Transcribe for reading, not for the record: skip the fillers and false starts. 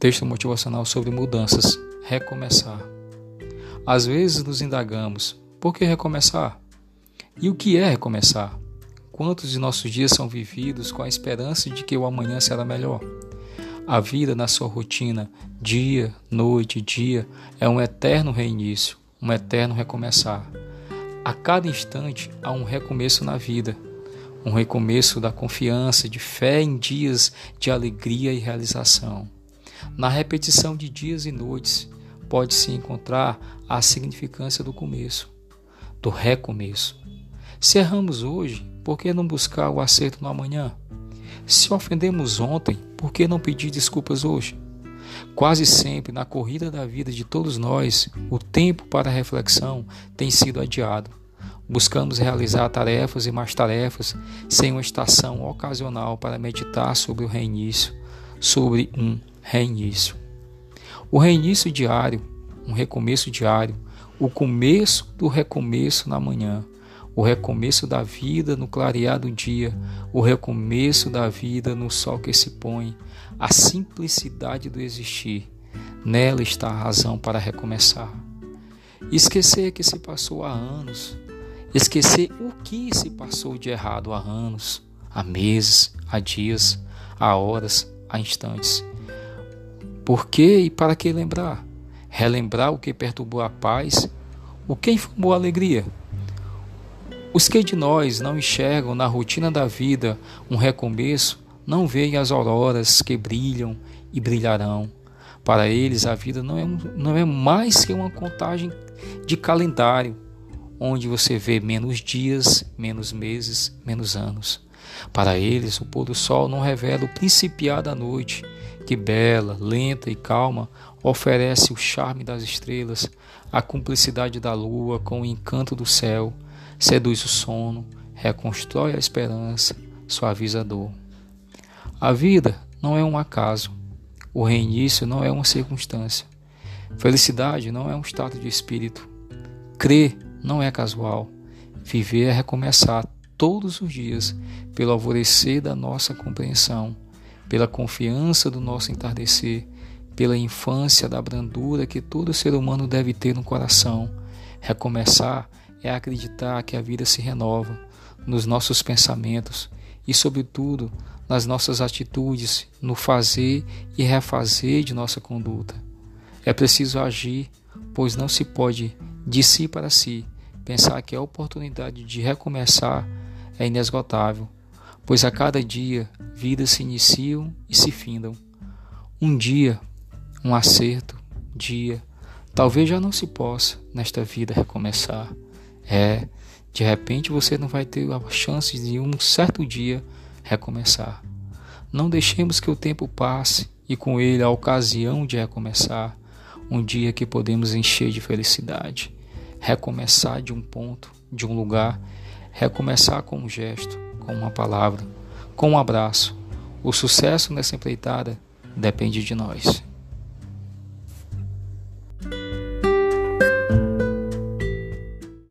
Texto motivacional sobre mudanças. Recomeçar. Às vezes nos indagamos, por que recomeçar? E o que é recomeçar? Quantos de nossos dias são vividos com a esperança de que o amanhã será melhor? A vida na sua rotina, dia, noite, dia, é um eterno reinício, um eterno recomeçar. A cada instante há um recomeço na vida, um recomeço da confiança, de fé em dias de alegria e realização. Na repetição de dias e noites, pode-se encontrar a significância do começo, do recomeço. Se erramos hoje, por que não buscar o acerto no amanhã? Se ofendemos ontem, por que não pedir desculpas hoje? Quase sempre, na corrida da vida de todos nós, o tempo para a reflexão tem sido adiado. Buscamos realizar tarefas e mais tarefas sem uma estação ocasional para meditar sobre o reinício, sobre um reinício. O reinício diário, um recomeço diário, o começo do recomeço na manhã, o recomeço da vida no clarear do dia, o recomeço da vida no sol que se põe, a simplicidade do existir. Nela está a razão para recomeçar. Esquecer que se passou há anos, esquecer o que se passou de errado há anos, há meses, há dias, há horas, há instantes. Por que e para que lembrar? Relembrar o que perturbou a paz, o que informou a alegria. Os que de nós não enxergam na rotina da vida um recomeço, não veem as auroras que brilham e brilharão. Para eles, a vida não é mais que uma contagem de calendário, onde você vê menos dias, menos meses, menos anos. Para eles, o pôr do sol não revela o principiar da noite, que bela, lenta e calma oferece o charme das estrelas, a cumplicidade da lua com o encanto do céu, seduz o sono, reconstrói a esperança, suaviza a dor. A vida não é um acaso, o reinício não é uma circunstância, felicidade não é um estado de espírito, crer não é casual, viver é recomeçar todos os dias pelo alvorecer da nossa compreensão, pela confiança do nosso entardecer, pela infância da brandura que todo ser humano deve ter no coração. Recomeçar é acreditar que a vida se renova nos nossos pensamentos e, sobretudo, nas nossas atitudes, no fazer e refazer de nossa conduta. É preciso agir, pois não se pode, de si para si, pensar que a oportunidade de recomeçar é inesgotável, pois a cada dia vidas se iniciam e se findam. Um dia, um acerto, talvez já não se possa nesta vida recomeçar. De repente você não vai ter a chance de um certo dia recomeçar. Não deixemos que o tempo passe e com ele a ocasião de recomeçar, um dia que podemos encher de felicidade. Recomeçar de um ponto, de um lugar, recomeçar com um gesto, com uma palavra, com um abraço. O sucesso nessa empreitada depende de nós.